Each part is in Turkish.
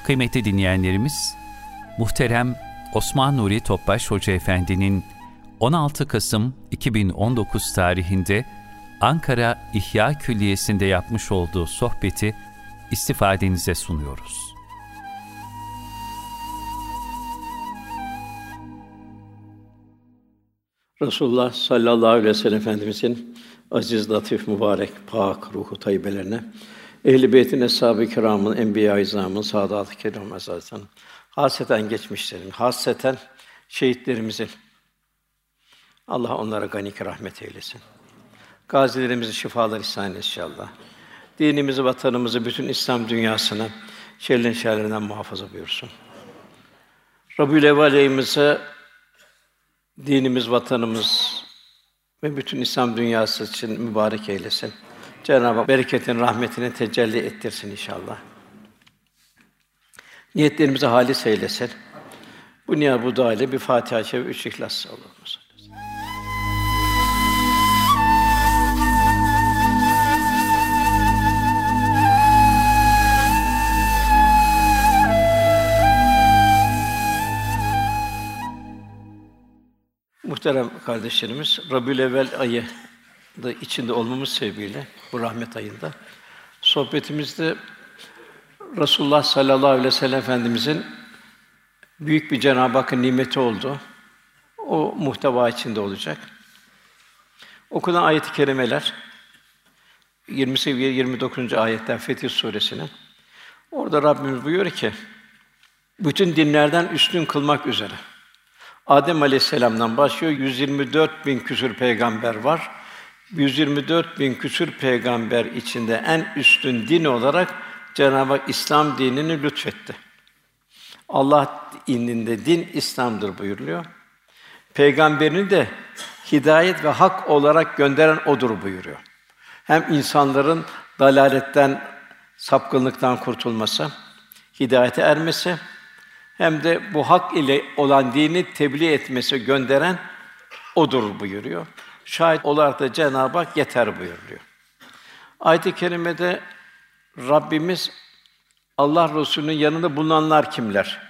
Kıymetli dinleyenlerimiz, muhterem Osman Nuri Topbaş Hoca Efendi'nin 16 Kasım 2019 tarihinde Ankara İhya Külliyesi'nde yapmış olduğu sohbeti istifadenize sunuyoruz. Resulullah sallallahu aleyhi ve sellem Efendimizin aziz, latif, mübarek, pak ruhu tayyibelerine, Ehl-i Beyt'in, Eshâb-ı Kirâm'ın, Enbiya-i İzâm'ın, Sâdât-ı Kirâm Hazretlerinin, hasreten geçmişlerin, hasreten şehitlerimizin, Allah onlara gani-i rahmet eylesin. Gazilerimize şifalar ihsan inşallah. Dinimizi, vatanımızı, bütün İslam dünyasını şerrin şerlerinden muhafaza buyursun. Rabiül-Evvel ayımızı dinimiz, vatanımız ve bütün İslam dünyası için mübarek eylesin. Cenab-ı Hak bereketin, rahmetini tecelli ettirsin inşallah. Niyetlerimizi hâlis eylesin. Bu niyaz, bu dua ile bir Fatiha-i Şerif, 3 İhlas Allah'ımız. Muhterem kardeşlerimiz, Rabiül-Evvel ayı da içinde olmamız sebebiyle bu rahmet ayında sohbetimizde Resulullah sallallahu aleyhi ve sellem Efendimizin büyük bir Cenab-ı Hakk'ın nimeti olduğu o muhteva içinde olacak. Okunan ayet-i kerimeler 20 ve 29. ayetler Fetih Suresi'nin. Orada Rabbimiz buyuruyor ki bütün dinlerden üstün kılmak üzere Adem Aleyhisselam'dan başlıyor, 124.000 küsur peygamber var. 124.000 küsur peygamber içinde en üstün din olarak Cenab-ı Hak İslam dinini lütfetti. Allah indinde din İslam'dır buyuruluyor. Peygamberini de hidayet ve hak olarak gönderen odur buyuruyor. Hem insanların dalaletten, sapkınlıktan kurtulması, hidayete ermesi, hem de bu hak ile olan dini tebliğ etmesi, gönderen odur buyuruyor. Şahit olarak da Cenab-ı Hak yeter buyuruyor. Ayet-i kerimede Rabbimiz Allah Resulü'nün yanında bulunanlar kimler?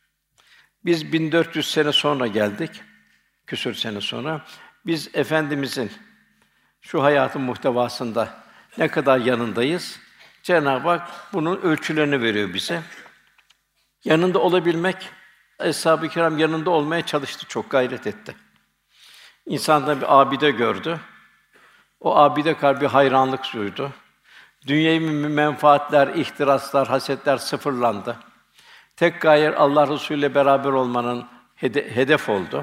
Biz 1400 sene sonra geldik, küsur sene sonra. Biz Efendimizin şu hayatın muhtevasında ne kadar yanındayız? Cenab-ı Hak bunun ölçülerini veriyor bize. Yanında olabilmek, Eshâb-ı Kirâm yanında olmaya çalıştı, çok gayret etti. İnsanlar bir abide gördü. O abide karşı bir hayranlık duydu. Dünyevi menfaatler, ihtiraslar, hasetler sıfırlandı. Tek gaye Allah Resulü ile beraber olmanın hedef oldu.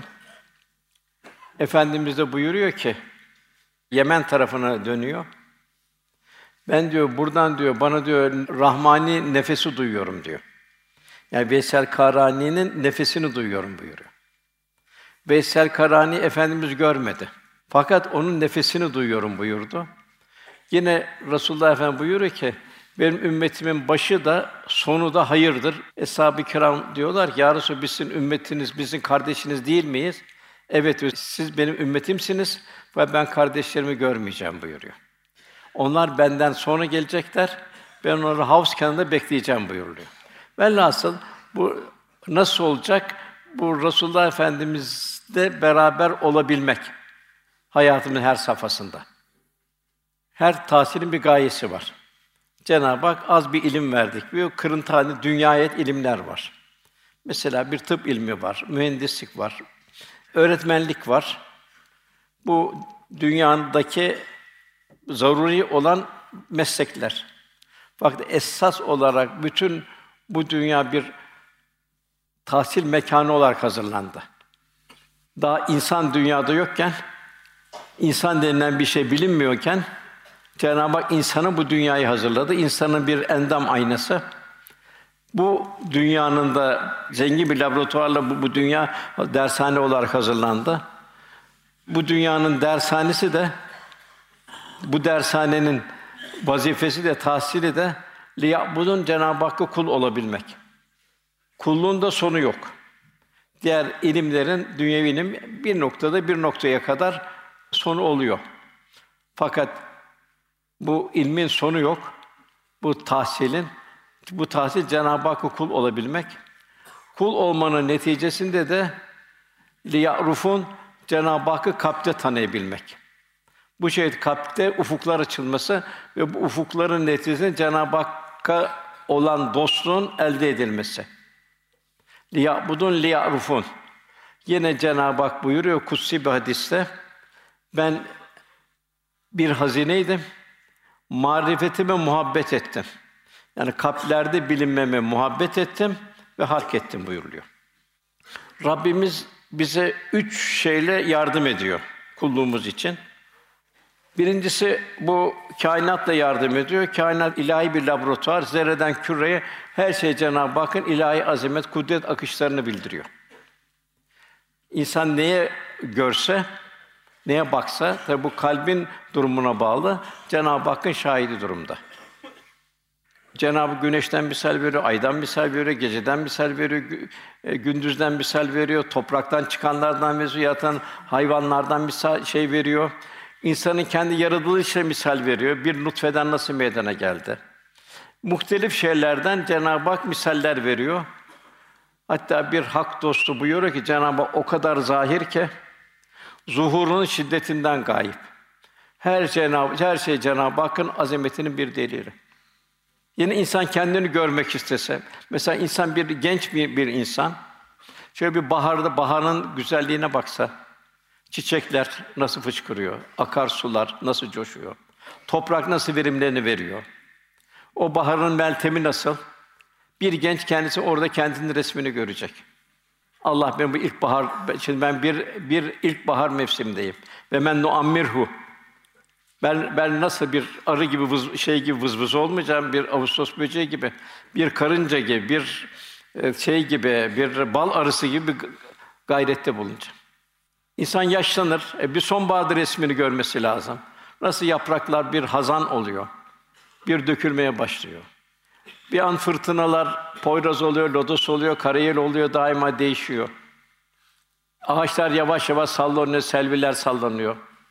Efendimiz de buyuruyor ki Yemen tarafına dönüyor. Ben diyor buradan diyor bana diyor rahmani nefesi duyuyorum diyor. Yani Veysel Karani'nin nefesini duyuyorum buyuruyor. Veysel Karani Efendimiz görmedi. Fakat onun nefesini duyuyorum buyurdu. Yine Resulullah Efendimiz buyuruyor ki benim ümmetimin başı da sonu da hayırdır. Eshâb-ı Kirâm diyorlar ki ya Resulallah biz sizin ümmetiniz, bizim kardeşiniz değil miyiz? Evet diyor, siz benim ümmetimsiniz ve ben kardeşlerimi görmeyeceğim buyuruyor. Onlar benden sonra gelecekler. Ben onları havuz kenarında bekleyeceğim buyuruluyor. Velhasıl bu nasıl olacak? Bu Resulullah Efendimiz'le beraber olabilmek hayatımın her safhasında. Her tahsilin bir gayesi var. Cenab-ı Hak az bir ilim verdik. Bir kırıntı dünyaya ait ilimler var. Mesela bir tıp ilmi var, mühendislik var, öğretmenlik var. Bu dünyadaki zaruri olan meslekler. Fakat esas olarak bütün bu dünya bir tahsil mekanı olarak hazırlandı. Daha insan dünyada yokken, insan denilen bir şey bilinmiyorken Cenab-ı Hak insanı bu dünyayı hazırladı. İnsanın bir endam aynası. Bu dünyanın da zengin bir laboratuvarla bu dünya dershane olarak hazırlandı. Bu dünyanın dershanesi de bu dershanenin vazifesi de tahsili de liya'budun Cenab-ı Hakk'a kul olabilmek. Kulluğun da sonu yok. Diğer ilimlerin dünyevi ilim bir noktada bir noktaya kadar sonu oluyor. Fakat bu ilmin sonu yok. Bu tahsilin Bu tahsil Cenab-ı Hakk'a kul olabilmek. Kul olmanın neticesinde de liya'rufun Cenab-ı Hakk'ı kalpte tanıyabilmek. Bu kalpte ufuklar açılması ve bu ufukların neticesinde Cenab-ı Hakk'a olan dostluğun elde edilmesi. Liya'budun liya'rufun. Yine Cenab-ı Hak buyuruyor kutsi bir hadiste, ben bir hazineydim, marifetime muhabbet ettim. Yani kalplerde bilinmeme muhabbet ettim ve halk ettim buyuruluyor. Rabbimiz bize 3 şeyle yardım ediyor kulluğumuz için. Birincisi bu kainatla yardım ediyor. Kainat ilahi bir laboratuvar. Zerreden küreye her şey Cenab-ı Hakk'ın ilahi azamet, kudret akışlarını bildiriyor. İnsan neye görse, neye baksa, tabi bu kalbin durumuna bağlı, Cenab-ı Hakk'ın şahidi durumda. Cenab-ı Güneş'ten misal veriyor, aydan misal veriyor, geceden misal veriyor, gündüzden misal veriyor, topraktan çıkanlardan veriyor, yatan hayvanlardan misal veriyor. İnsanın kendi yaratılışıyla misal veriyor. Bir nutfeden nasıl meydana geldi? Muhtelif şeylerden Cenab-ı Hak misaller veriyor. Hatta bir hak dostu buyuruyor ki Cenab-ı Hak o kadar zahir ki zuhurunun şiddetinden gayip. Her şey Cenab-ı Hakk'ın azametinin bir delili. Yine insan kendini görmek istese, mesela insan genç bir insan şöyle bir baharın güzelliğine baksa, çiçekler nasıl fışkırıyor, akarsular nasıl coşuyor, toprak nasıl verimlerini veriyor, o baharın meltemi nasıl? Bir genç kendisi orada kendinin resmini görecek. Allah ben bu ilkbahar, şimdi ben bir ilkbahar mevsimindeyim ve men nuammirhu. Ben nasıl bir arı gibi gibi vız olmayacağım, bir Ağustos böceği gibi, bir karınca gibi, bir gibi, bir bal arısı gibi bir gayrette bulunacağım. İnsan yaşlanır, bir sonbahar resmini görmesi lazım. Nasıl yapraklar bir hazan oluyor, bir dökülmeye başlıyor. Bir an fırtınalar, Poyraz oluyor, lodos oluyor, karayel oluyor, daima değişiyor. Ağaçlar yavaş yavaş sallanıyor, selviler sallanıyor.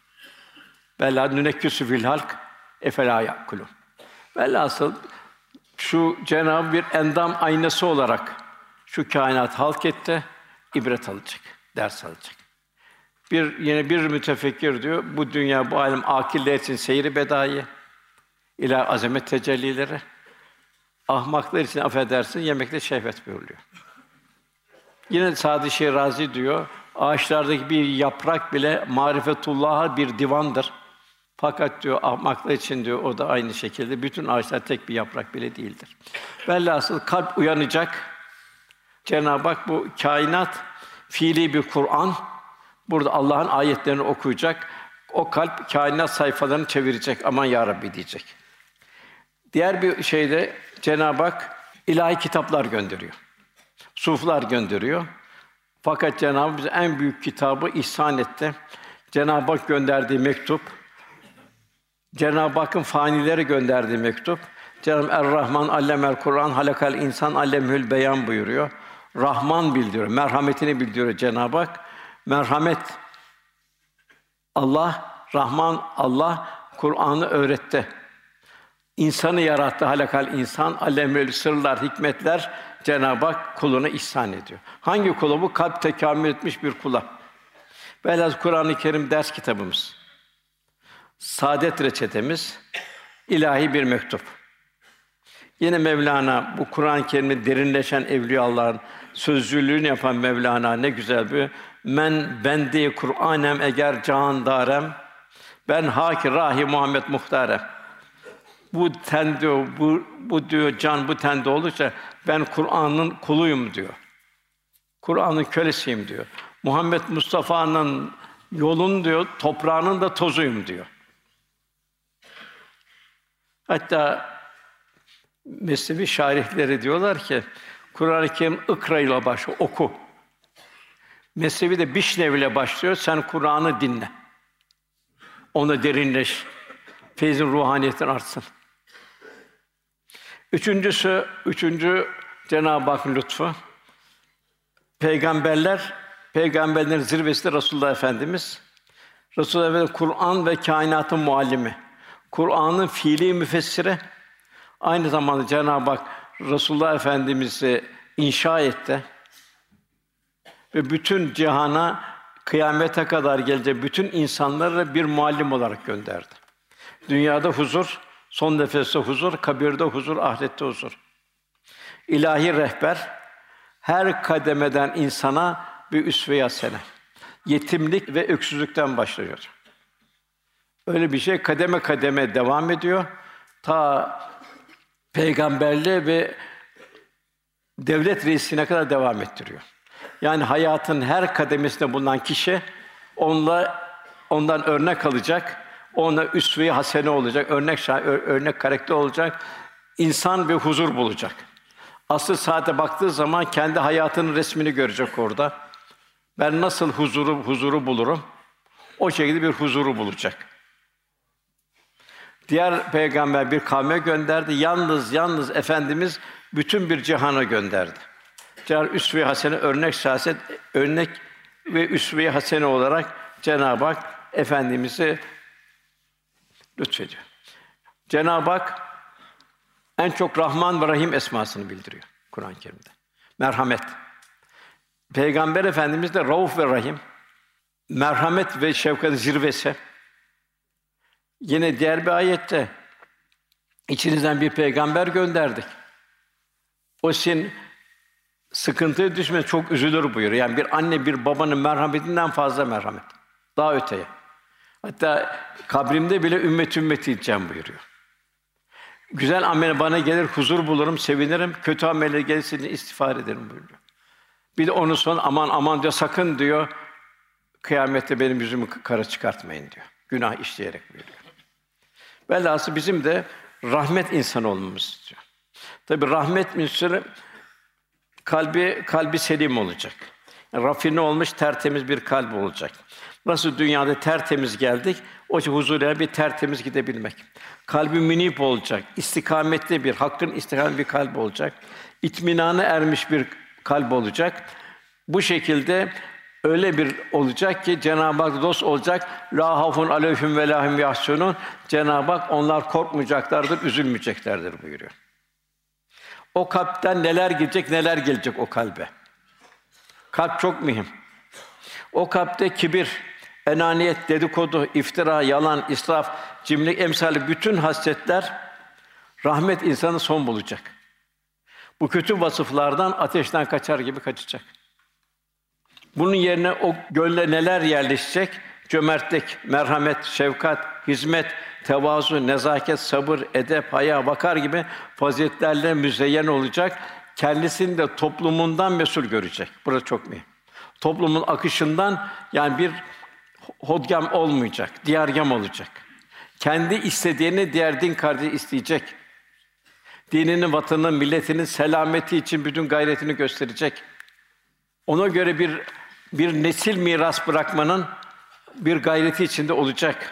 Vela nünekküsü fil halk efela yakulun. Velhasıl şu Cenab-ı bir endam aynası olarak şu kainat halk etti, ibret alacak, ders alacak. Yine bir mütefekkir diyor, bu dünya, bu alem âkiller için seyri bedâi, ilahi azamet tecellileri, ahmaklar için affedersin, yemekte şehvet buyuruyor. Yine Sâd-ı Şirazi diyor, ağaçlardaki bir yaprak bile marifetullah'a bir divandır. Fakat diyor, ahmaklar için diyor, o da aynı şekilde, bütün ağaçlar tek bir yaprak bile değildir. Velhasıl kalp uyanacak. Cenab-ı Hak bu kainat, fiili bir Kur'an, burada Allah'ın ayetlerini okuyacak. O kalp kainat sayfalarını çevirecek. Aman ya Rabbi diyecek. Diğer bir şeyde Cenab-ı Hak ilahi kitaplar gönderiyor. Suflar gönderiyor. Fakat Cenab-ı Hak bize en büyük kitabı ihsan etti. Cenab-ı Hak gönderdiği mektup, Cenab-ı Hakk'ın fanilere gönderdiği mektup. Cenab-ı Er-Rahman allemel Kur'an halakal insan allemül beyan buyuruyor. Rahman bildiriyor, merhametini bildiriyor Cenab-ı Hak. Merhamet Allah, Rahman Allah Kur'an'ı öğretti. İnsanı yarattı, halakal insan, allemül sırlar, hikmetler Cenab-ı Hak kuluna ihsan ediyor. Hangi kula bu? Kalp tekamül etmiş bir kula. Velhâsıl Kur'an-ı Kerim ders kitabımız. Saadet reçetemiz, ilahi bir mektup. Yine Mevlana bu Kur'an-ı Kerim'de derinleşen evliyaullah'ın sözcülüğünü yapan Mevlana ne güzel bir men bendi Kur'anem eğer can darem ben haki rahi Muhammed muhtarem. Bu ten diyor, bu diyor can bu tende olursa ben Kur'an'ın kuluyum diyor. Kur'an'ın kölesiyim diyor. Muhammed Mustafa'nın yolun diyor, toprağının da tozuyum diyor. Hatta Mesnevi şarihleri diyorlar ki Kur'an-ı Kerim ikra ile başlıyor, oku. Mesnevi de bişnev ile başlıyor. Sen Kur'an'ı dinle. Ona derinleş. Feyzin ruhaniyetin artsın. Üçüncü Cenab-ı Hakk'ın lütfu. Peygamberlerin zirvesi de Resulullah Efendimiz. Resulullah Efendimiz Kur'an ve kainatın muallimi. Kur'an'ın fiili müfessiri. Aynı zamanda Cenab-ı Hak Resulullah Efendimiz'i inşa etti ve bütün cihana kıyamete kadar gelecek bütün insanlara bir muallim olarak gönderdi. Dünyada huzur, son nefeste huzur, kabirde huzur, ahirette huzur. İlahi rehber her kademeden insana bir üsve-i hasene. Yetimlik ve öksüzlükten başlıyor. Öyle bir şey kademe kademe devam ediyor. Ta peygamberliğe ve devlet reisine kadar devam ettiriyor. Yani hayatın her kademesinde bulunan kişi ondan örnek alacak, ona üsve-i hasene olacak, örnek karakter olacak, insan ve huzur bulacak. Asıl saate baktığı zaman kendi hayatının resmini görecek orada. Ben nasıl huzuru bulurum? O şekilde bir huzuru bulacak. Diğer peygamber bir kavme gönderdi. Yalnız Efendimiz bütün bir cihana gönderdi. Üsve-i hasene, örnek ve üsve-i hasene olarak Cenab-ı Hak Efendimiz'i lütfediyor. Cenab-ı Hak en çok Rahman ve Rahim esmasını bildiriyor Kur'an-ı Kerim'de. Merhamet. Peygamber Efendimiz de Rauf ve Rahim. Merhamet ve şefkatin zirvesi. Yine diğer bir ayette içinizden bir peygamber gönderdik. O sizin sıkıntıya düşmez, çok üzülür buyuruyor. Yani bir anne, bir babanın merhametinden fazla merhamet. Daha öteye. Hatta kabrimde bile ümmet diyeceğim buyuruyor. Güzel amel bana gelir, huzur bulurum, sevinirim. Kötü ameller gelirse istiğfar ederim buyuruyor. Bir de onun son aman diyor, sakın diyor, kıyamette benim yüzümü kara çıkartmayın diyor. Günah işleyerek buyuruyor. Velhâsıl bizim de rahmet insanı olmamız istiyor. Tabii rahmet insanı kalbi selim olacak. Yani rafine olmuş, tertemiz bir kalp olacak. Nasıl dünyada tertemiz geldik, o huzurla bir tertemiz gidebilmek. Kalbi münip olacak, istikametli bir, hakkın istikametli bir kalp olacak. İtminana ermiş bir kalp olacak. Bu şekilde öyle bir olacak ki Cenab-ı Hak dost olacak. La hafun aleyhim ve lahum yahsunun. Cenab-ı Hak onlar korkmayacaklardır, üzülmeyeceklerdir buyuruyor. O kalpten neler gelecek o kalbe. Kalp çok mühim. O kalpte kibir, enaniyet, dedikodu, iftira, yalan, israf, cimrilik emsali bütün hasletler rahmet insanı son bulacak. Bu kötü vasıflardan ateşten kaçar gibi kaçacak. Bunun yerine o gönle neler yerleşecek? Cömertlik, merhamet, şefkat, hizmet, tevazu, nezaket, sabır, edep, haya, vakar gibi faziletlerle müzeyyen olacak. Kendisini de toplumundan mesul görecek. Burası çok mühim. Toplumun akışından yani bir hodgam olmayacak, diyargam olacak. Kendi istediğini diğer din kardeşi isteyecek. Dininin, vatanının, milletinin selameti için bütün gayretini gösterecek. Ona göre bir nesil miras bırakmanın bir gayreti içinde olacak.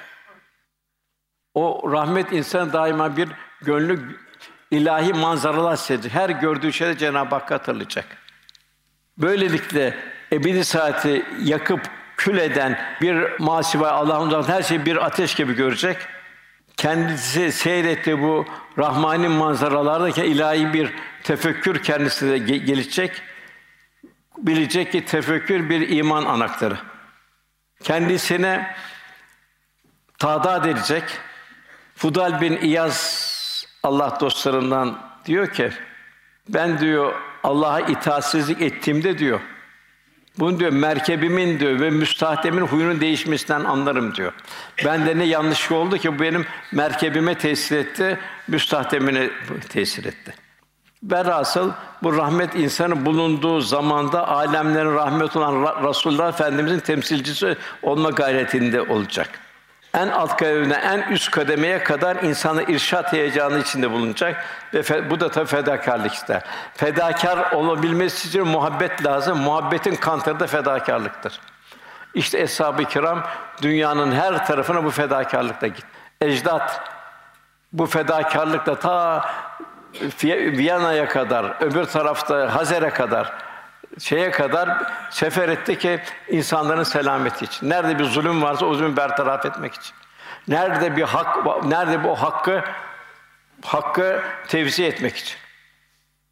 O rahmet insanı daima bir gönlü ilahi manzaralar seyredecek. Her gördüğü şeyde Cenab-ı Hakk'ı hatırlayacak. Böylelikle ebedi saati yakıp kül eden bir masiva Allah'ın uzak her şeyi bir ateş gibi görecek. Kendisi seyrettiği bu rahmani manzaralardaki ilahi bir tefekkür kendisine gelişecek. Bilecek ki tefekkür bir iman anahtarı. Kendisine tadat edecek. Fudal bin İyaz Allah dostlarından diyor ki ben diyor Allah'a itaatsizlik ettiğimde diyor bunu diyor merkebimin diyor ve müstahdemin huyunun değişmesinden anlarım diyor. Bende ne yanlışlık oldu ki bu benim merkebime tesir etti, müstahdemine tesir etti. Velhasıl bu rahmet insanı bulunduğu zamanda alemlerin rahmet olan Resulullah Efendimizin temsilcisi olma gayretinde olacak. En alt kademeden en üst kademeye kadar insanı irşad heyecanı içinde bulunacak ve bu da tabii fedakârlık ister. Fedakâr olabilmesi için muhabbet lazım. Muhabbetin kantarı da fedakârlıktır. İşte Eshab-ı Kiram dünyanın her tarafına bu fedakârlıkla gitti. Ecdat bu fedakârlıkla ta Viyana'ya kadar, öbür tarafta Hazer'e kadar, sefer etti ki insanların selameti için. Nerede bir zulüm varsa o zulmü bertaraf etmek için. Nerede bir hak, nerede bu hakkı tevzi etmek için.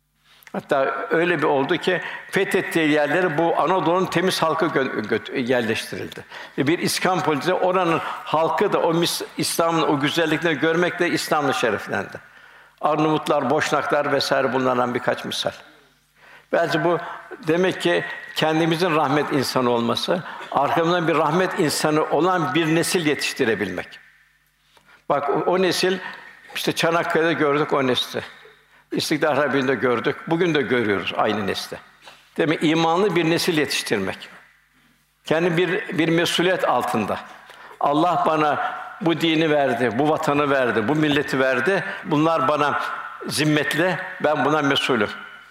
Hatta öyle bir oldu ki fethettiği yerlere bu Anadolu'nun temiz halkı yerleştirildi. Bir iskan politikası, oranın halkı da o İslam'ın o güzelliklerini görmekle İslam'la şereflendi. Arnavutlar, Boşnaklar vesaire bunlardan birkaç misal. Bence bu demek ki kendimizin rahmet insanı olması, arkamızdan bir rahmet insanı olan bir nesil yetiştirebilmek. Bak o nesil işte Çanakkale'de gördük o nesli. İstiklal Harbi'nde gördük. Bugün de görüyoruz aynı nesli. Demek imanlı bir nesil yetiştirmek. Kendi bir mesuliyet altında. Allah bana bu dini verdi, bu vatanı verdi, bu milleti verdi. Bunlar bana zimmetli, ben buna mesulüm.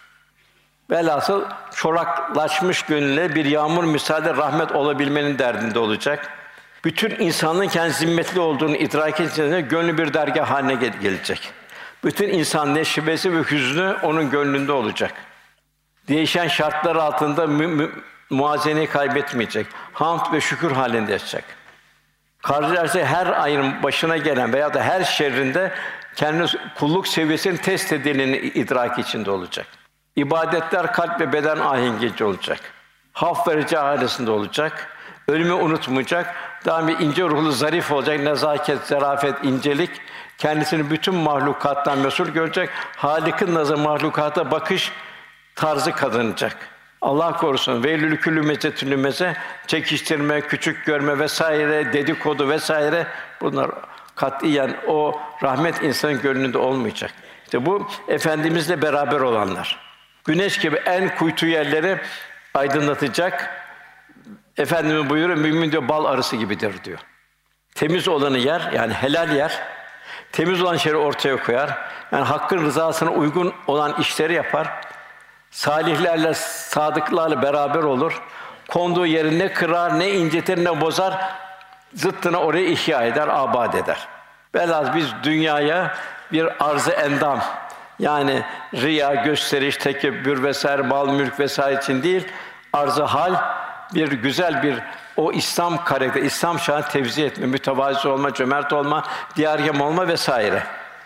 Velhasıl çoraklaşmış gönülle bir yağmur misali rahmet olabilmenin derdinde olacak. Bütün insanlığın kendi zimmetli olduğunu idrak edince gönlü bir dergâh haline gelecek. Bütün insan neşvesi ve hüznü onun gönlünde olacak. Değişen şartlar altında muazeneyi kaybetmeyecek. Hamd ve şükür halinde yaşayacak. Karşılaştığı her ayın başına gelen veya da her şerrinde kendi kulluk seviyesinin test edildiğini idrak içinde olacak. İbadetler kalp ve beden ahengiyle olacak. Haf ve rica halinde olacak. Ölümü unutmayacak. Daimi ince ruhlu, zarif olacak. Nezaket, zarafet, incelik. Kendisini bütün mahlukattan mesul görecek. Halik'in nazarı mahlukata bakış tarzı kazanacak. Allah korusun, veylül küllü mezetül lümeze, çekiştirme, küçük görme vesaire, dedikodu vesaire, bunlar katiyen o rahmet insanın gönlünde olmayacak. İşte bu Efendimizle beraber olanlar. Güneş gibi en kuytu yerleri aydınlatacak. Efendimiz buyuruyor, mümin diyor bal arısı gibidir diyor. Temiz olanı yer, yani helal yer. Temiz olan şeyleri ortaya koyar. Yani hakkın rızasına uygun olan işleri yapar. Salihlerle, sadıklarla beraber olur. Konduğu yeri ne kırar, ne incetir, ne bozar. Zıttına orayı ihya eder, abad eder. Velhâsıl biz dünyaya bir arz-ı endam, yani riya, gösteriş, tekebbür vesaire, mal, mülk vesaire için değil, arz-ı hal, bir güzel bir o İslam karakteri, İslam şanı tevzi etme, mütevazi olma, cömert olma, diyargem olma vesaire.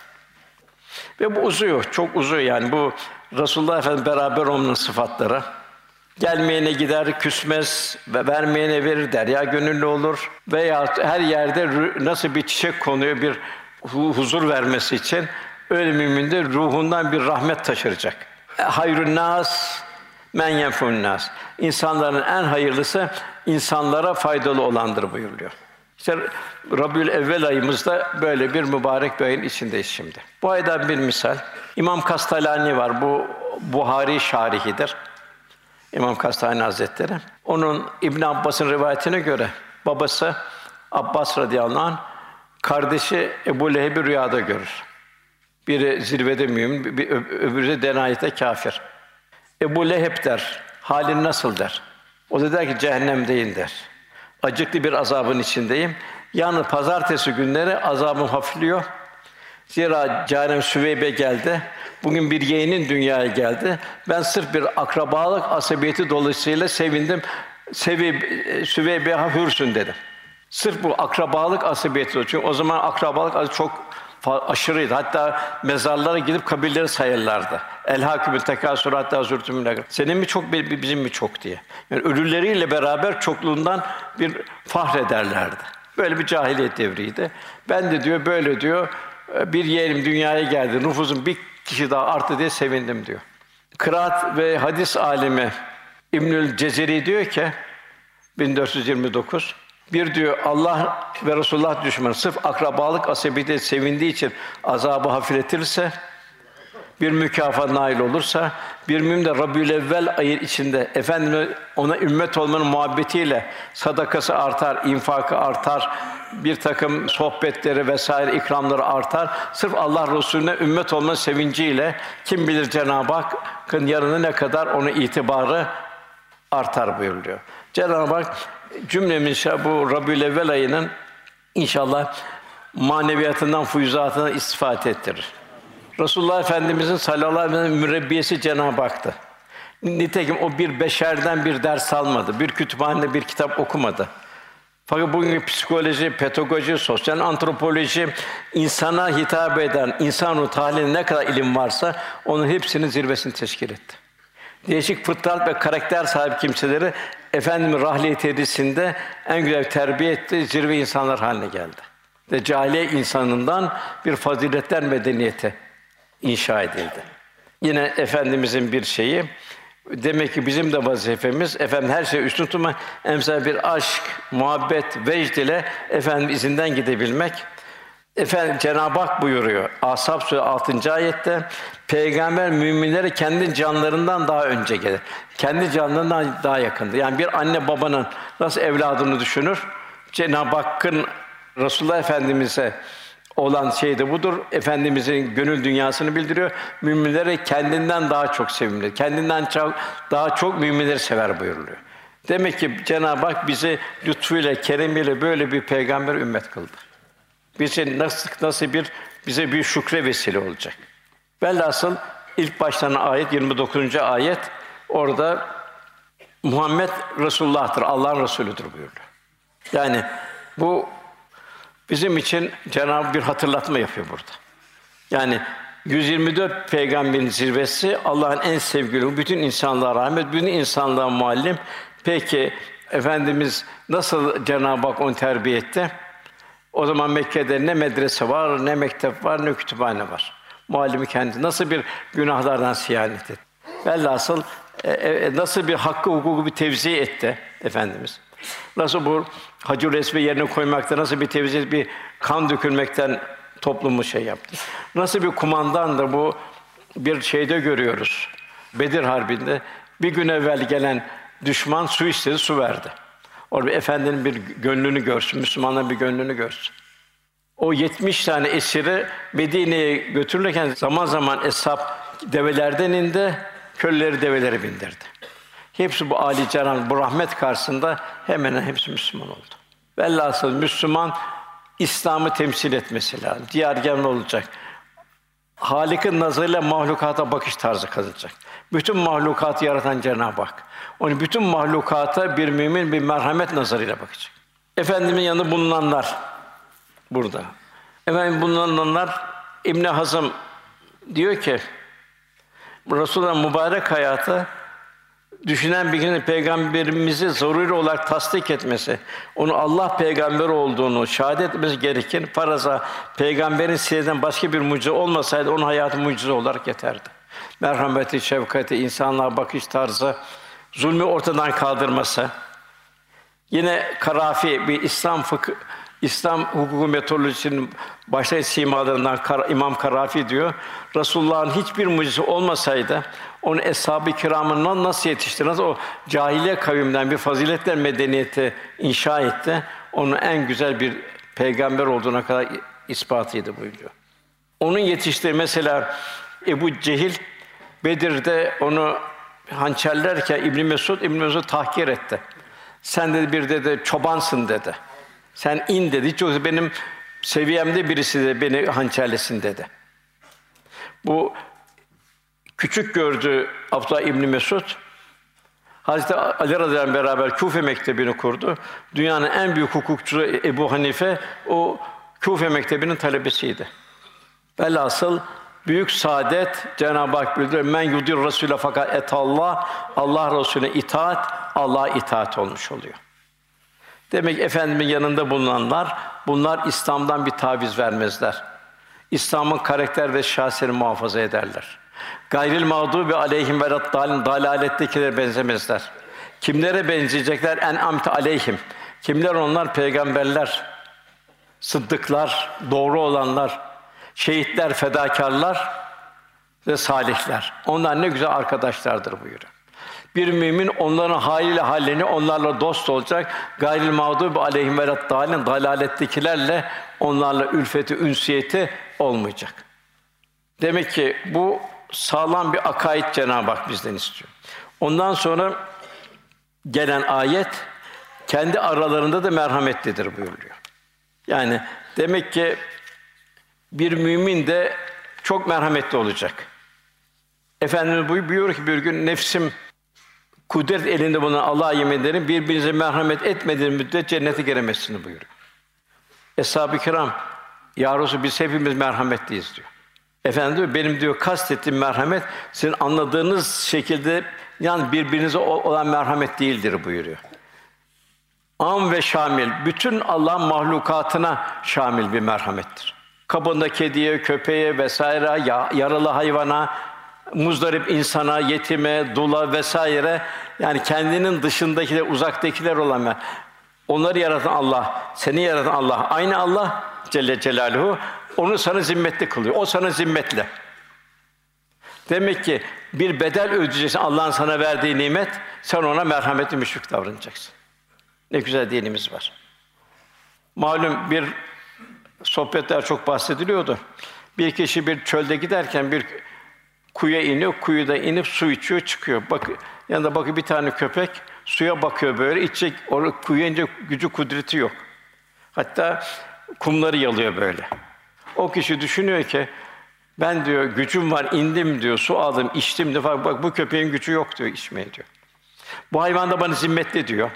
Ve bu uzuyor, çok uzuyor yani bu Resulullah Efendimiz beraber olmanın sıfatları. Gelmeyene gider, küsmez ve vermeyene verir, derya gönüllü olur. Veya her yerde nasıl bir çiçek konuyor, bir huzur vermesi için öyle mümin de ruhundan bir rahmet taşıracak. Hayrun nas men yenfun nas. İnsanların en hayırlısı insanlara faydalı olandır buyuruluyor. İşte Rabiülevvel ayımızda böyle bir mübarek bir ayın içindeyiz şimdi. Bu aydan bir misal. İmam Kastalani var. Bu Buhari şarihidir. İmam Kastalani Hazretleri. Onun İbn Abbas'ın rivayetine göre babası Abbas radıyallahu anh kardeşi Ebu Leheb'i rüyada görür. Biri zirvede mümin, öbürü de denayete kâfir. Ebu Leheb der, halin nasıl der. O da der ki cehennemdeyim der. Acıklı bir azabın içindeyim. Yalnız pazartesi günleri azabım hafifliyor. Zira carem Süveybe geldi. Bugün bir yeğenin dünyaya geldi. Ben sırf bir akrabalık asabiyeti dolayısıyla sevindim. Süveybe hürsün dedim. Sırf bu akrabalık asabiyeti. Çünkü o zaman akrabalık çok aşırıydı. Hatta mezarlara gidip kabirleri sayarlardı. El-Hakimü tekâsür hattâ zürtümül akâr. Senin mi çok, bizim mi çok diye. Yani ölüleriyle beraber çokluğundan bir fahrederlerdi. Böyle bir cahiliyet devriydi. Ben de diyor böyle diyor bir yeğenim dünyaya geldi. Nüfusum bir kişi daha arttı diye sevindim diyor. Kıraat ve hadis alimi İbnül Cezeri diyor ki 1429 bir diyor Allah ve Resulullah düşmanı sırf akrabalık asabiyeti sevindiği için azabı hafifletirse, bir mükafat nail olursa, bir mümin de Rabiülevvel ayı içinde Efendimiz ona ümmet olmanın muhabbetiyle sadakası artar, infakı artar, bir takım sohbetleri vesaire ikramları artar. Sırf Allah Resulüne ümmet olma sevinciyle kim bilir Cenab-ı Hakk'ın yarını ne kadar ona itibarı artar buyuruluyor. Cenab-ı Hak cümlemiz bu Rabiülevvel ayının inşallah maneviyatından, fuyuzatından istifade ettirir. Resulullah Efendimizin sallallahu aleyhi ve sellem mürebbiyesi Cenab-ı Hak'tı. Nitekim o bir beşerden bir ders almadı, bir kütüphanede bir kitap okumadı. Fakat bugünkü psikoloji, pedagoji, sosyal antropoloji, insana hitap eden, insan ruhu tahlilinde ne kadar ilim varsa onun hepsinin zirvesini teşkil etti. Değişik fıtrat ve karakter sahibi kimseleri Efendimiz Rahli-i Tedrisinde en güzel terbiye etti, zirve insanlar haline geldi. Ve cahiliye insanından bir faziletler medeniyeti inşa edildi. Yine Efendimizin bir şeyi, demek ki bizim de vazifemiz, efendim her şeyi üstün tutmak, emsal bir aşk, muhabbet, vecd ile efendim izinden gidebilmek. Efendim Cenab-ı Hak buyuruyor, Ahzab Sûresi 6. ayette, Peygamber müminlere kendi canlarından daha önce gelir. Kendi canlarından daha yakındır. Yani bir anne babanın nasıl evladını düşünür? Cenab-ı Hakk'ın Resulullah Efendimiz'e olan şey de budur. Efendimizin gönül dünyasını bildiriyor. Müminlere kendinden daha çok sevimlidir. Kendinden daha çok müminleri sever buyuruluyor. Demek ki Cenab-ı Hak bizi lütfuyla, keremiyle böyle bir peygamber ümmet kıldı. Bize nasıl bize bir şükre vesile olacak. Velhasıl ilk başlanan ayet 29. ayet orada Muhammed Resulullah'tır, Allah'ın Resulüdür buyuruyor. Yani bu bizim için Cenab-ı bir hatırlatma yapıyor burada. Yani 124 peygamberin zirvesi Allah'ın en sevgili, bütün insanlığa rahmet, bütün insanlığa muallim. Peki Efendimiz nasıl Cenab-ı Hak onu terbiye etti? O zaman Mekke'de ne medrese var, ne mektep var, ne kütüphane var. Muallimi kendi nasıl bir günahlardan siyanet etti? Velhasıl nasıl bir hakkı hukuku bir tevzi etti Efendimiz? Nasıl bu Hacer-ül Esved'i yerine koymakta nasıl bir tevzi, bir kan dökülmekten toplumu şey yaptı? Nasıl bir kumandandı bu? Bir şeyde görüyoruz. Bedir Harbi'nde bir gün evvel gelen düşman su istedi, su verdi. Orada Efendinin bir gönlünü görsün, Müslümanların bir gönlünü görsün. O 70 tane esiri Medine'ye götürülürken zaman zaman eshab develerden indi, köleleri develere bindirdi. Hepsi bu âli-i bu rahmet karşısında hemen hemen hepsi Müslüman oldu. Velhasıl Müslüman İslam'ı temsil etmesi lazım. Diğer ne olacak? Halik'in nazarıyla mahlukata bakış tarzı kazanacak. Bütün mahlukatı yaratan Cenab-ı Hak. Onun bütün mahlukata bir mümin bir merhamet nazarıyla bakacak. Efendimizin yanında bulunanlar burada. Efendim bulunanlar İbn Hazm diyor ki Resulullah'ın mübarek hayatı düşünen bir gün peygamberimizi zaruri olarak tasdik etmesi, onu Allah peygamberi olduğunu şahit etmesi gerekir. Faraza peygamberin silerden başka bir mucize olmasaydı onun hayatı mucize olarak yeterdi. Merhameti, şefkati, insanlığa bakış tarzı, zulmü ortadan kaldırması. Yine Karafi bir İslam hukuku metodolojisinin başlıca simalarından İmam Karafi diyor. Resulullah'ın hiçbir mucizesi olmasaydı onu eshab-ı kiramın nasıl yetiştirdi? Nasıl o cahiliye kavminden bir faziletler medeniyeti inşa etti? Onun en güzel bir peygamber olduğuna kadar ispatıydı buyuruyor. Onun yetiştirdiği mesela Ebu Cehil Bedir'de onu hançerlerken İbn Mesud tahkir etti. Sen dedi bir dedi çobansın dedi. Sen in dedi. Hiç yoksa benim seviyemde birisi de beni hançerlesin dedi. Bu küçük gördüğü Abdullah İbn Mesud Hazreti Ali radıyallahu anh beraber Küfe mektebini kurdu. Dünyanın en büyük hukukçusu Ebu Hanife o Küfe mektebinin talebesiydi. Velhasıl büyük saadet Cenab-ı Hak bildiriyor. Men yudir Rasûle fakat etallah. Allah Resulüne itaat, Allah'a itaat olmuş oluyor. Demek ki Efendimiz'in yanında bulunanlar, bunlar İslam'dan bir taviz vermezler. İslam'ın karakter ve şahsiyetini muhafaza ederler. Gayril mağdûbi aleyhim ve raddâlin dalalettekilere benzemezler. Kimlere benzeyecekler? En'amte aleyhim. Kimler onlar? Peygamberler, sıddıklar, doğru olanlar, şehitler, fedakârlar ve salihler. Onlar ne güzel arkadaşlardır buyuruyor. Bir mümin onların hâliyle halleni onlarla dost olacak. Gayril mağdûbi aleyhim ve raddâlin dalalettekilerle onlarla ülfeti, ünsiyeti olmayacak. Demek ki bu sağlam bir akaid Cenab-ı Hak bizden istiyor. Ondan sonra gelen ayet kendi aralarında da merhametlidir buyuruyor. Yani demek ki bir mümin de çok merhametli olacak. Efendimiz buyuruyor ki bir gün nefsim Kudret elinde bulunan Allah'a yemin ederim, birbirinize merhamet etmediğiniz müddetçe cennete giremezsiniz buyuruyor. Eshab-ı kiram, ya Resulallah biz hepimiz merhametliyiz diyor. Efendim diyor, benim diyor kastettiğim merhamet, sizin anladığınız şekilde yani birbirinize olan merhamet değildir buyuruyor. Am ve şamil, bütün Allah'ın mahlukatına şamil bir merhamettir. Kabında kediye, köpeğe vesaire, yaralı hayvana, muzdarip insana, yetime, dula vesaire, yani kendinin dışındakiler, uzaktakiler olan onları yaratan Allah, seni yaratan Allah, aynı Allah Celle Celaluhu, onu sana zimmetli kılıyor. O sana zimmetli. Demek ki bir bedel ödeyeceksin Allah'ın sana verdiği nimet, sen ona merhametli müşfik davranacaksın. Ne güzel dinimiz var. Malum bir sohbetler çok bahsediliyordu. Bir kişi bir çölde giderken bir kuyuya iniyor, kuyuda inip su içiyor, çıkıyor. Yanında bakıyor bir tane köpek, suya bakıyor böyle, içecek, o kuyuya ince gücü kudreti yok. Hatta kumları yalıyor böyle. O kişi düşünüyor ki, ben diyor gücüm var, indim diyor, su aldım, içtim diyor. Bak bu köpeğin gücü yok diyor, içmeye diyor. Bu hayvan da bana zimmetli diyor.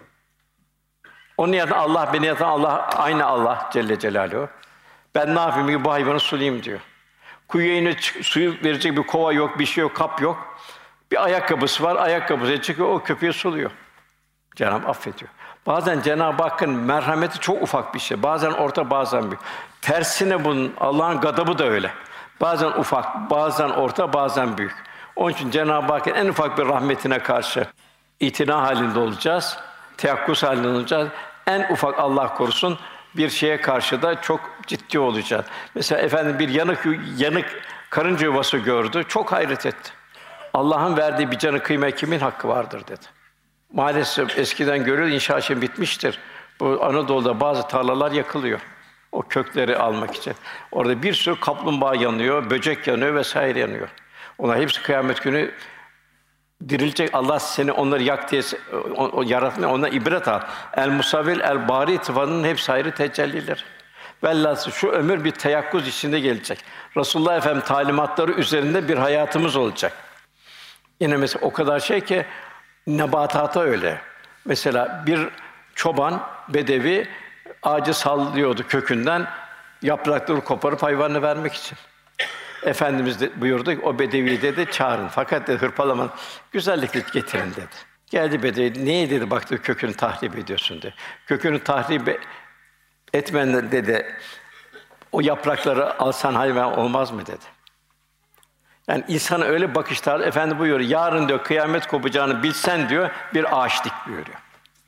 Onu yaratan Allah, beni yaratan Allah, aynı Allah Celle Celaluhu. Ben ne yapayım ki bu hayvanı sulayayım diyor. Kuyuya inip suyu verecek bir kova yok, bir şey yok, kap yok. Bir ayakkabısı var, ayakkabısı çıkıyor, o köpeği suluyor. Cenab-ı affediyor. Bazen Cenab-ı Hakk'ın merhameti çok ufak bir şey. Bazen orta, bazen büyük. Tersine bunun Allah'ın gadabı da öyle. Bazen ufak, bazen orta, bazen büyük. Onun için Cenab-ı Hakk'ın en ufak bir rahmetine karşı itina halinde olacağız. Teyakkuz halinde olacağız. En ufak Allah korusun bir şeye karşı da çok ciddi olacağız. Mesela efendim bir yanık karınca yuvası gördü. Çok hayret etti. Allah'ın verdiği bir canı kıymaya kimin hakkı vardır dedi. Maalesef eskiden görüyoruz, inşaat işi bitmiştir. Bu Anadolu'da bazı tarlalar yakılıyor. O kökleri almak için. Orada bir sürü kaplumbağa yanıyor, böcek yanıyor vesaire yanıyor. Onlar hepsi kıyamet günü dirilecek. Allah seni onları yak diye o yaratmıyor. Ondan ibret al. El Musavvil, el Bari tıfanın hepsi ayrı tecelliler. Velhâsıl şu ömür bir teyakkuz içinde gelecek. Resulullah Efendimiz talimatları üzerinde bir hayatımız olacak. Yine mesela o kadar şey ki nebatata öyle. Mesela bir çoban, bedevi ağacı sallıyordu kökünden, yaprakları koparıp hayvanına vermek için. Efendimiz de buyurdu ki, o bedeviyi dedi çağırın. Fakat dedi hırpalamayın, güzellikle getirin dedi. Geldi bedevi, niye dedi, baktı kökünü tahrip ediyorsun dedi. Kökünü tahrip etmen dedi, o yaprakları alsan hayvan olmaz mı dedi. Yani insana öyle bakışlar, Efendi buyuruyor, yarın diyor kıyamet kopacağını bilsen diyor, bir ağaç dik buyuruyor.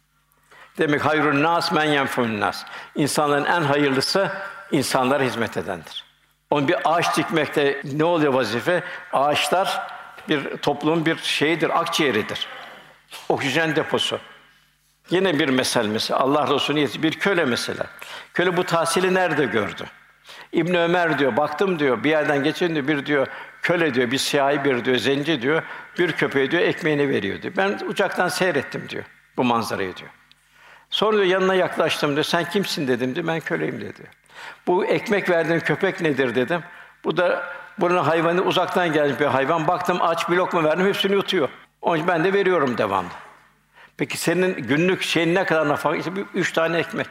Demek hayrun nas men yenfun nas. İnsanların en hayırlısı insanlara hizmet edendir. Onun bir ağaç dikmekte ne oluyor vazife? Ağaçlar bir toplumun bir şeyidir, akciğeridir. Oksijen deposu. Yine bir mesela Allah Resulü'nün bir köle mesela. Köle bu tahsili nerede gördü? İbn Ömer diyor, baktım diyor, bir yerden geçen diyor, bir diyor köle diyor, bir siyahi bir diyor, zenci diyor, bir köpeğe diyor ekmeğini veriyor diyor. Ben uzaktan seyrettim diyor bu manzarayı diyor. Sonra diyor yanına yaklaştım diyor, sen kimsin dedim diyor, ben köleyim dedi. Bu ekmek verdiğin köpek nedir dedim. Bu da bunun hayvanı uzaktan gelmiş bir hayvan. Baktım aç, bir lokma verdim, hepsini yutuyor. Onun için ben de veriyorum devamlı. Peki senin günlük şeyin ne kadar nafaka? İşte 3 tane ekmek.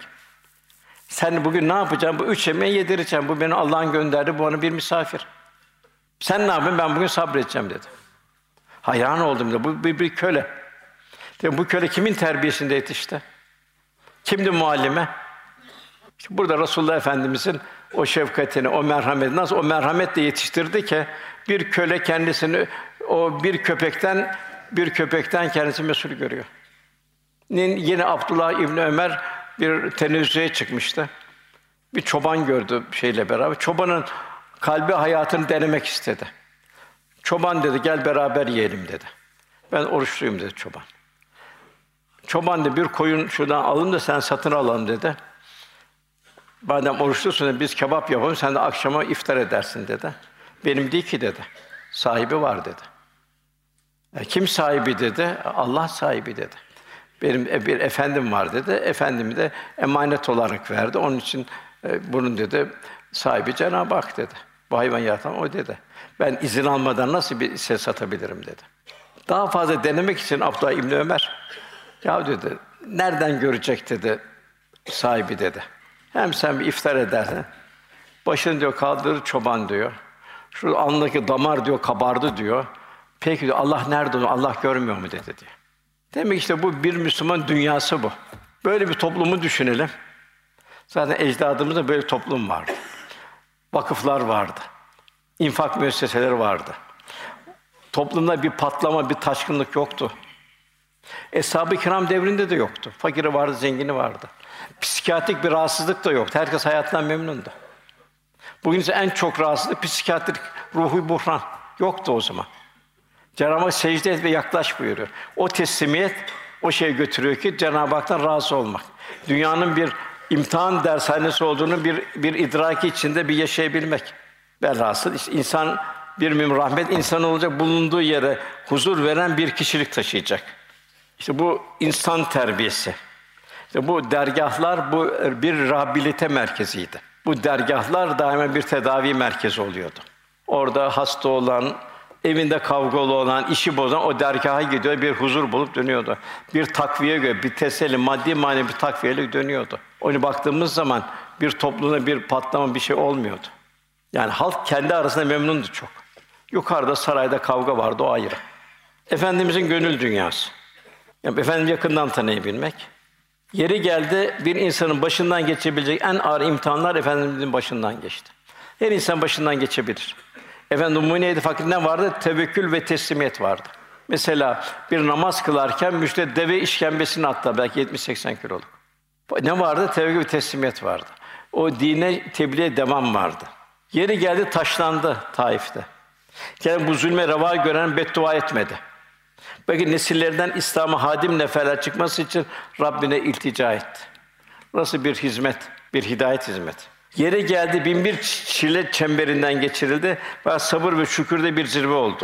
Sen bugün ne yapacaksın? Bu 3 yemeği yedireceğim. Bu beni Allah'ın gönderdi, bu bana bir misafir. Sen ne yapayım? Ben bugün sabredeceğim dedi. Hayran oldum dedi. Bu bir köle. Dedim, bu köle kimin terbiyesinde yetişti? Kimdi muallime? İşte burada Resulullah Efendimizin o şefkatini, o merhametini nasıl o merhametle yetiştirdi ki bir köle kendisini o bir köpekten kendisini mesul görüyor. Yine Abdullah İbni Ömer bir tenezzühe çıkmıştı. Bir çoban gördü şeyle beraber. Çobanın kalbi hayatını denemek istedi. Çoban dedi, gel beraber yiyelim dedi. Ben oruçluyum dedi çoban. Çoban da bir koyun şuradan alın da sen satın alalım dedi. Madem oruçlusun biz kebap yapalım, sen de akşama iftar edersin dedi. Benim değil ki dedi. Sahibi var dedi. Kim sahibi dedi? Allah sahibi dedi. Benim bir efendim var dedi. Efendimi de emanet olarak verdi. Onun için bunun dedi sahibi Cenab-ı Hak dedi. Bu hayvan yaratan o dedi. Ben izin almadan nasıl bir hisse satabilirim dedi. Daha fazla denemek için Abdullah İbni Ömer, ya dedi, nereden görecek dedi sahibi dedi. Hem sen bir iftar edersin, başını diyor kaldırır çoban diyor. Şu alnındaki damar diyor kabardı diyor. Peki diyor Allah nerede onu Allah görmüyor mu dedi diyor. Demek işte bu bir Müslüman dünyası bu. Böyle bir toplumu düşünelim. Zaten ecdadımızda böyle toplum vardı. Vakıflar vardı. İnfak müesseseleri vardı. Toplumda bir patlama, bir taşkınlık yoktu. Eshab-ı Kiram devrinde de yoktu. Fakiri vardı, zengini vardı. Psikiyatrik bir rahatsızlık da yoktu. Herkes hayattan memnundu. Bugün ise en çok rahatsızlık psikiyatrik, ruhi buhran. Yoktu o zaman. Cenab-ı Hak secde et ve yaklaş buyuruyor. O teslimiyet o şeye götürüyor ki Cenab-ı Hak'tan razı olmak. Dünyanın bir imtihan dershanesi olduğunu bir idraki içinde bir yaşayabilmek. Velhasıl işte insan bir mümin rahmet insanı olacak, bulunduğu yere huzur veren bir kişilik taşıyacak. İşte bu insan terbiyesi. İşte bu dergâhlar bu bir rehabilite merkeziydi. Bu dergâhlar daima bir tedavi merkezi oluyordu. Orada hasta olan, evinde kavgalı olan, işi bozan o dergâha gidiyor, bir huzur bulup dönüyordu. Bir takviye göre, bir teselli, maddi manevi bir takviyeyle dönüyordu. Ona baktığımız zaman bir toplumda bir patlama bir şey olmuyordu. Yani halk kendi arasında memnundu çok. Yukarıda sarayda kavga vardı, o ayrı. Efendimizin gönül dünyası. Yani Efendimizi yakından tanıyabilmek. Yeri geldi, bir insanın başından geçebilecek en ağır imtihanlar Efendimizin başından geçti. Her insan başından geçebilir. Efendim Numune-i Fakir ne vardı? Tevekkül ve teslimiyet vardı. Mesela bir namaz kılarken müşteri deve işkembesini attı belki 70-80 kiloluk. Ne vardı? Tevekkül ve teslimiyet vardı. O dine tebliğe devam vardı. Yeri geldi taşlandı Taif'te. Yani bu zulme reva gören beddua etmedi. Belki nesillerden İslam'a hadim neferler çıkması için Rabbine iltica etti. Nasıl bir hizmet, bir hidayet hizmeti. Yeri geldi 1001 çile çemberinden geçirildi ve sabır ve şükürde bir zirve oldu.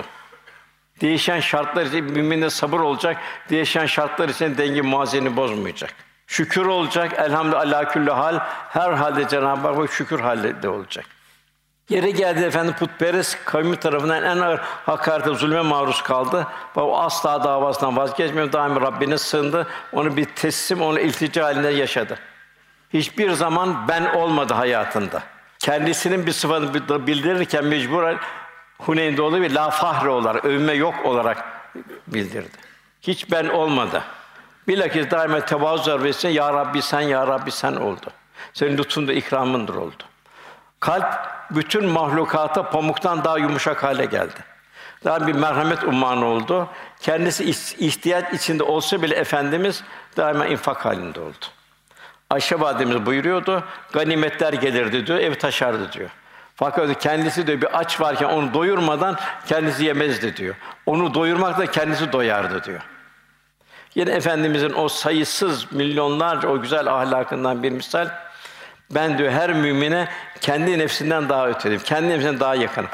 Değişen şartlar için müminde sabır olacak, değişen şartlar için denge muazeni bozmayacak. Şükür olacak, elhamdülillah alâ küllü hâl, her halde Cenab-ı Hak şükür halinde olacak. Yeri geldi efendim putperest kavmi tarafından en ağır hakarete, zulme maruz kaldı. O asla davasından vazgeçmiyor, daima Rabbine sığındı. Onu bir teslim, onu iltica halinde yaşadı. Hiçbir zaman ben olmadı hayatında. Kendisinin bir sıfatını bildirirken mecburen Huneyn'de olduğu bir la fahre olarak, övünme yok olarak bildirdi. Hiç ben olmadı. Bilakis daima tevazu verirse ya Rabbi sen, ya Rabbi sen oldu. Senin lütfun da ikramındır oldu. Kalp bütün mahlukata pamuktan daha yumuşak hale geldi. Daha bir merhamet ummanı oldu. Kendisi ihtiyaç içinde olsa bile Efendimiz daima infak halinde oldu. Ayşe validemiz buyuruyordu, ganimetler gelirdi diyor, evi taşardı diyor. Fakat kendisi diyor bir aç varken onu doyurmadan kendisi yemezdi diyor. Onu doyurmakla kendisi doyardı diyor. Yine Efendimizin o sayısız milyonlarca o güzel ahlakından bir misal. Ben diyor her mümine kendi nefsinden daha öteyim, kendi nefsinden daha yakınım.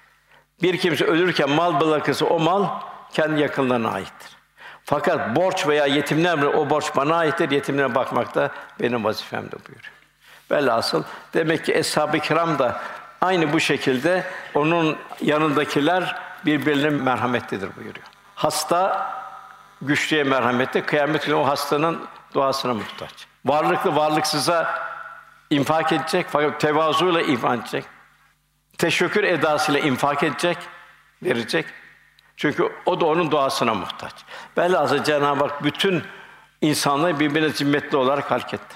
Bir kimse ölürken mal bırakırsa o mal kendi yakınlarına aittir. Fakat borç veya yetimler o borç bana aittir, yetimlere bakmak da benim vazifemdir buyuruyor. Velhasıl demek ki Eshab-ı Kiram da aynı bu şekilde onun yanındakiler birbirlerine merhametlidir buyuruyor. Hasta güçlüye merhametli, kıyamet günü o hastanın duasına muhtaç. Varlıklı varlıksıza infak edecek fakat tevazuyla infak edecek. Teşekkür edasıyla infak edecek, verecek. Çünkü o da onun duasına muhtaç. Velhâsıl Cenab-ı Hak bütün insanları birbirine zimmetli olarak halk etti.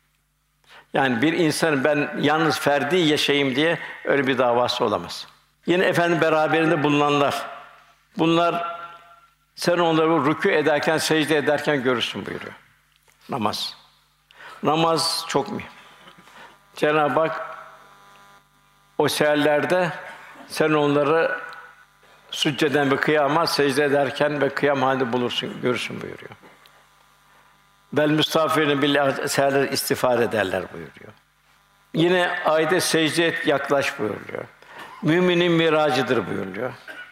Yani bir insanın ben yalnız ferdi yaşayayım diye öyle bir davası olamaz. Yine efendim beraberinde bulunanlar. Bunlar sen onları rükû ederken, secde ederken görürsün buyuruyor. Namaz. Namaz çok mühim. Cenab-ı Hak o seherlerde sen onları sücceden ve kıyama secde ederken ve kıyam halinde bulursun, görürsün buyuruyor. Vel müstağfirin bil seherler istiğfar ederler buyuruyor. Yine ayette secde et, yaklaş buyuruyor. Müminin miracıdır buyuruyor.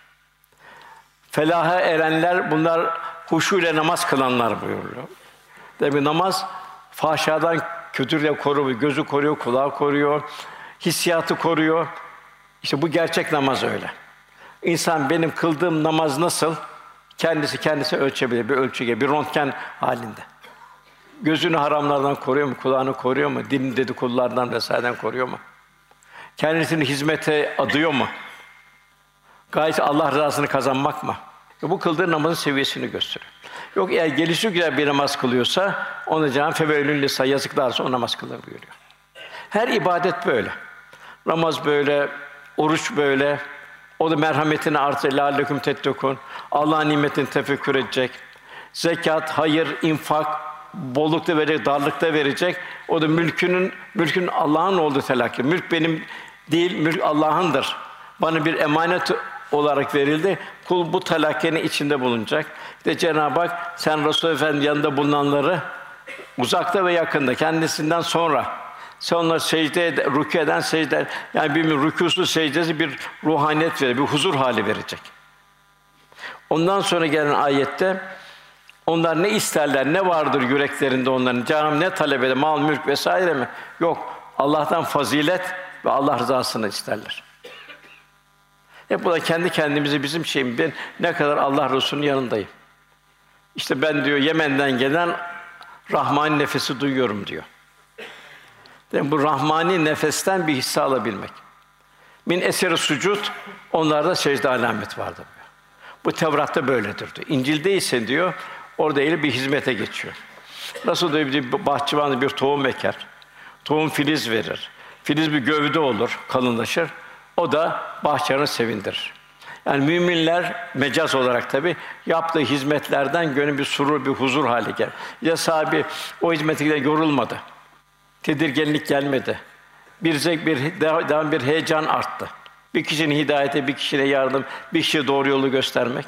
Felaha erenler bunlar huşu ile namaz kılanlar buyuruyor. Demek namaz fahşadan, kötülükten koruyor, gözü koruyor, kulağı koruyor, hissiyatı koruyor. İşte bu gerçek namaz öyle. İnsan benim kıldığım namaz nasıl? Kendisi ölçebilir, bir ölçü gibi, bir röntgen halinde. Gözünü haramlardan koruyor mu, kulağını koruyor mu, dilini dedikodulardan vesaireden koruyor mu? Kendisini hizmete adıyor mu? Gayesi Allah rızasını kazanmak mı? Bu kıldığı namazın seviyesini gösteriyor. Yok eğer gelişi güzel bir namaz kılıyorsa, ona Cenab-ı Feveylül lisa yazıklar olsun o namaz kılır buyuruyor. Her ibadet böyle. Namaz böyle, oruç böyle. O da merhametini artır. Lâlleküm tettekûn. Allah'ın nimetini tefekkür edecek. Zekat, hayır, infak, bollukta verecek, darlıkta verecek. O da mülkün Allah'ın olduğu telakki. Mülk benim değil, mülk Allah'ındır. Bana bir emanet olarak verildi. Kul bu telakkinin içinde bulunacak. İşte Cenab-ı Hak sen Resul Efendimiz yanında bulunanları uzakta ve yakında kendisinden sonra onları rükû eden secde, yani bir rükûsu secdesi bir ruhaniyet verir, bir huzur hali verecek. Ondan sonra gelen ayette onlar ne isterler, ne vardır yüreklerinde onların, canım ne talep eder, mal, mülk vesaire mi? Yok, Allah'tan fazilet ve Allah rızasını isterler. Hep bu da kendi kendimize bizim şeyim, ben ne kadar Allah Resulü'nün yanındayım. İşte ben diyor Yemen'den gelen Rahmani nefesi duyuyorum diyor. Yani bu Rahmani nefesten bir hisse alabilmek. Min eseri sucud, onlarda secde alamet vardır diyor. Bu Tevrat'ta böyledir diyor. İncil'de ise diyor, orada eli bir hizmete geçiyor. Nasıl diyor bir bahçıvan bir tohum eker, tohum filiz verir, filiz bir gövde olur, kalınlaşır. O da bahçeyi sevindirir. Yani müminler mecaz olarak tabii yaptığı hizmetlerden gönül bir surur, bir huzur hali gelir. Ya sahibi o hizmete yorulmadı. Tedirginlik gelmedi. Bir zevk, bir heyecan arttı. Bir kişinin hidayete, bir kişiye yardım, bir kişiye doğru yolu göstermek.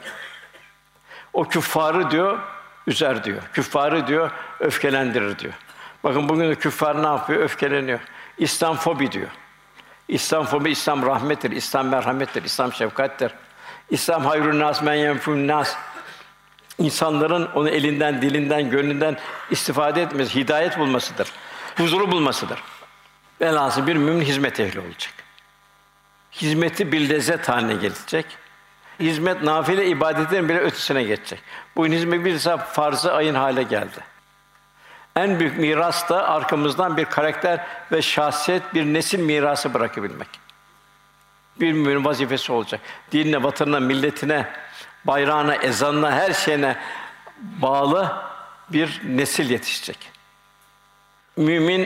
O küffarı diyor, üzer diyor. Küffarı diyor, öfkelendirir diyor. Bakın bugün de küffar ne yapıyor? Öfkeleniyor. İslam fobi diyor. İslam fobi, İslam rahmettir, İslam merhamettir, İslam şefkattir. İslam hayrun nas men yenfun nas. İnsanların onu elinden, dilinden, gönlünden istifade etmesi, hidayet bulmasıdır. Huzuru bulmasıdır. Velhâsıl bir mümin hizmet ehli olacak. Hizmeti bir lezzet haline gelecek. Hizmet nafile ibadetlerin bile ötesine geçecek. Bu hizmet bir farz-ı ayın hale geldi. En büyük miras da arkamızdan bir karakter ve şahsiyet, bir nesil mirası bırakabilmek. Bir müminin vazifesi olacak. Dinine, vatanına, milletine, bayrağına, ezanına, her şeyine bağlı bir nesil yetişecek. Mümin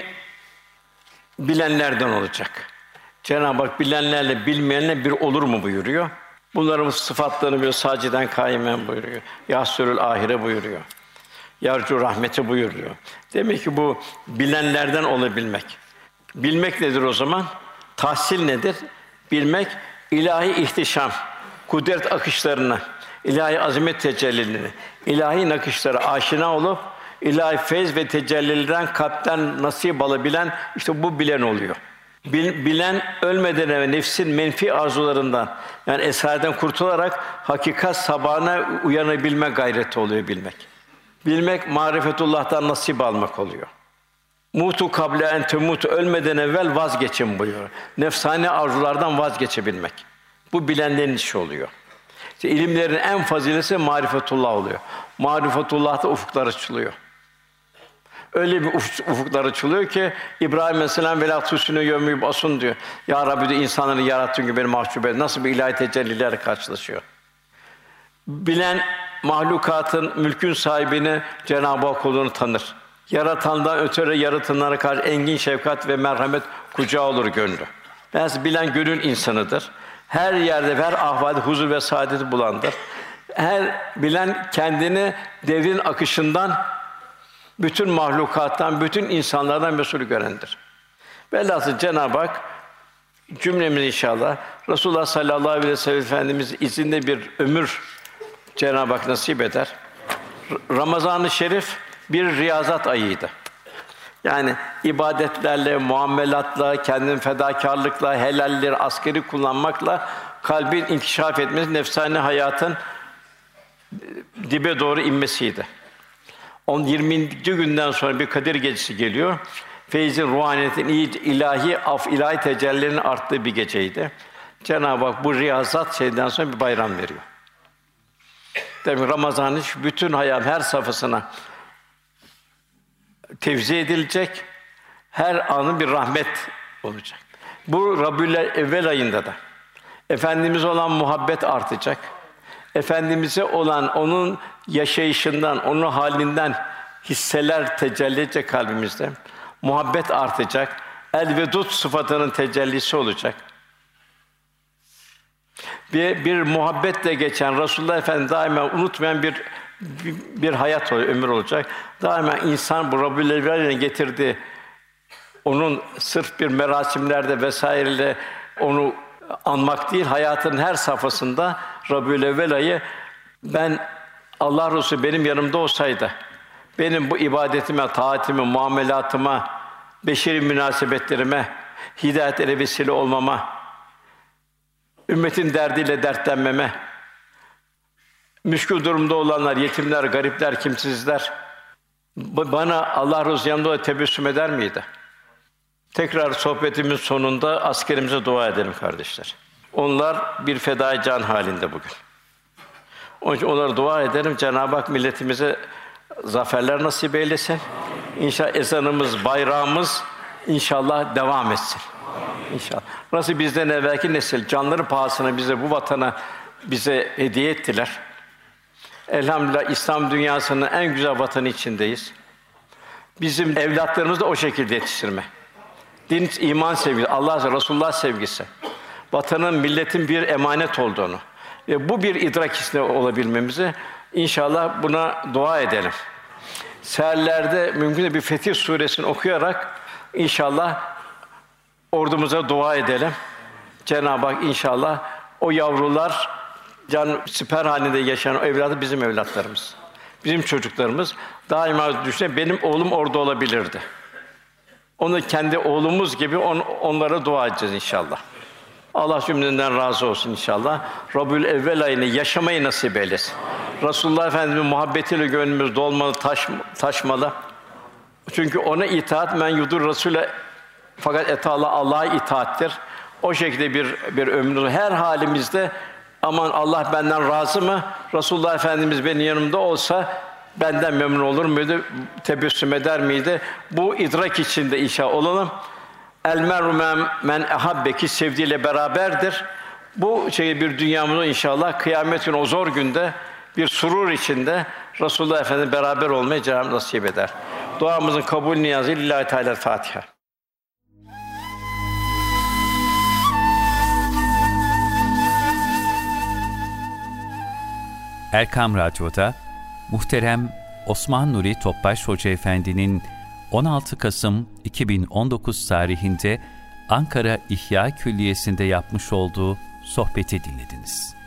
bilenlerden olacak. Cenab-ı Hak bilenlerle bilmeyenle bir olur mu buyuruyor. Bunların sıfatlarını bir saciden kaimen buyuruyor. Yahsürül ahire buyuruyor. Yarcu rahmeti buyuruyor. Demek ki bu bilenlerden olabilmek. Bilmek nedir o zaman? Tahsil nedir? Bilmek ilahi ihtişam, kudret akışlarını, ilahi azamet tecellilerini, ilahi nakışlara aşina olup ilahi feyz ve tecellilden kalpten nasip alabilen işte bu bilen oluyor. Bilen ölmeden evvel nefsin menfi arzularından yani esareten kurtularak hakikat sabahına uyanabilme gayreti oluyor bilmek. Bilmek marifetullah'tan nasip almak oluyor. Mutu kable en temutu ölmeden evvel vazgeçin buyuruyor. Nefsani arzulardan vazgeçebilmek. Bu bilenlerin işi oluyor. İşte ilimlerin en fazilesi marifetullah oluyor. Marifetullah'ta ufuklar açılıyor. Öyle bir ufuklar açılıyor ki İbrahim Aleyhisselam velâ tusûnû yevme yub'asûn diyor. Ya Rabbi diyor, insanları yarattığın gibi beni mahcup et. Nasıl bir ilahi tecellilerle karşılaşıyor. Bilen mahlukatın, mülkün sahibini Cenab-ı Hak olduğunu tanır. Yaratandan ötürü yaratılanlara karşı engin şefkat ve merhamet kucağı olur gönlü. Yani bilen gönül insanıdır. Her yerde, her ahvalde huzur ve saadeti bulandır. Her bilen kendini devrin akışından, bütün mahlukattan, bütün insanlardan mesul görendir. Velhâsıl Cenab-ı Hak cümlemiz inşallah Resulullah sallallahu aleyhi ve sellem Efendimiz izinde bir ömür Cenab-ı Hak nasip eder. Ramazan-ı Şerif bir riyazat ayıydı. Yani ibadetlerle, muamelatla, kendini fedakârlıkla, helalleri askeri kullanmakla kalbin inkişaf etmesi, nefsani hayatın dibe doğru inmesiydi. 20. günden sonra bir Kadir Gecesi geliyor. Feyz-i ruhaniyetin ilahi tecellilerinin arttığı bir geceydi. Cenab-ı Hak bu riyazat şeyden sonra bir bayram veriyor. demek Ramazan'ın bütün hayat her safhasına tevzi edilecek, her anı bir rahmet olacak. Bu Rabiülevvel ayında da Efendimiz'e olan muhabbet artacak. Efendimiz'e olan onun yaşayışından, onun halinden hisseler tecelli edecek kalbimizde. Muhabbet artacak. El-Vedud sıfatının tecellisi olacak. Bir muhabbetle geçen Resulullah Efendimiz daima unutmayan bir hayat ömür olacak. Daima insan bu Rabiülevvel'in getirdiği onun sırf bir merasimlerde vesaireyle onu anmak değil, hayatın her safhasında Rabiülevvel ayı ben Allah Resulü benim yanımda olsaydı, benim bu ibadetime, taatime, muamelatıma, beşeri münasebetlerime, hidayetlere vesile olmama, ümmetin derdiyle dertlenmeme, müşkül durumda olanlar, yetimler, garipler, kimsizler, bana Allah Resulü yanımda tebessüm eder miydi? Tekrar sohbetimin sonunda askerimize dua edelim kardeşler. Onlar bir fedai can halinde bugün. Onun için onlara dua ederim. Cenab-ı Hak milletimize zaferler nasip eylesin. İnşallah ezanımız, bayrağımız inşallah devam etsin. İnşallah. Nasıl bizden evvelki nesil canları pahasına bize bu vatana bize hediye ettiler. Elhamdülillah İslam dünyasının en güzel vatanı içindeyiz. Bizim evlatlarımızı da o şekilde yetiştirme. Din, iman sevgisi, Allah ve Resulullah sevgisi, vatanın, milletin bir emanet olduğunu ve bu bir idrak içinde olabilmemizi inşallah buna dua edelim. Seherlerde mümkünse bir Fetih Suresini okuyarak inşallah ordumuza dua edelim. Cenab-ı Hak inşallah o yavrular siper halinde yaşayan o evladı bizim evlatlarımız. Bizim çocuklarımız daima düşünün benim oğlum orada olabilirdi. Onu kendi oğlumuz gibi onlara dua edeceğiz inşallah. Allah cümleden razı olsun inşallah. Rabiülevvel ayını yaşamayı nasip eylesin. Resulullah Efendimiz'in muhabbetiyle gönlümüz dolmalı, taşmalı. Çünkü ona itaat men yudur Rasûle fakat etâllah Allah'a itaattir. O şekilde bir ömrümüz her halimizde aman Allah benden razı mı? Resulullah Efendimiz benim yanımda olsa benden memnun olur muydu? Tebessüm eder miydi? Bu idrak içinde inşallah olalım. El mer'u men ehabbeki sevdiğiyle beraberdir. Bu bir dünyamızda inşallah kıyamet günü o zor günde bir surur içinde Resulullah Efendimiz beraber olmayı Cenab-ı nasip eder. Duamızın kabul niyazı lillahi teala Fatiha. Erkam Radyo'da muhterem Osman Nuri Topbaş Hoca Efendi'nin 16 Kasım 2019 tarihinde Ankara İhya Külliyesi'nde yapmış olduğu sohbeti dinlediniz.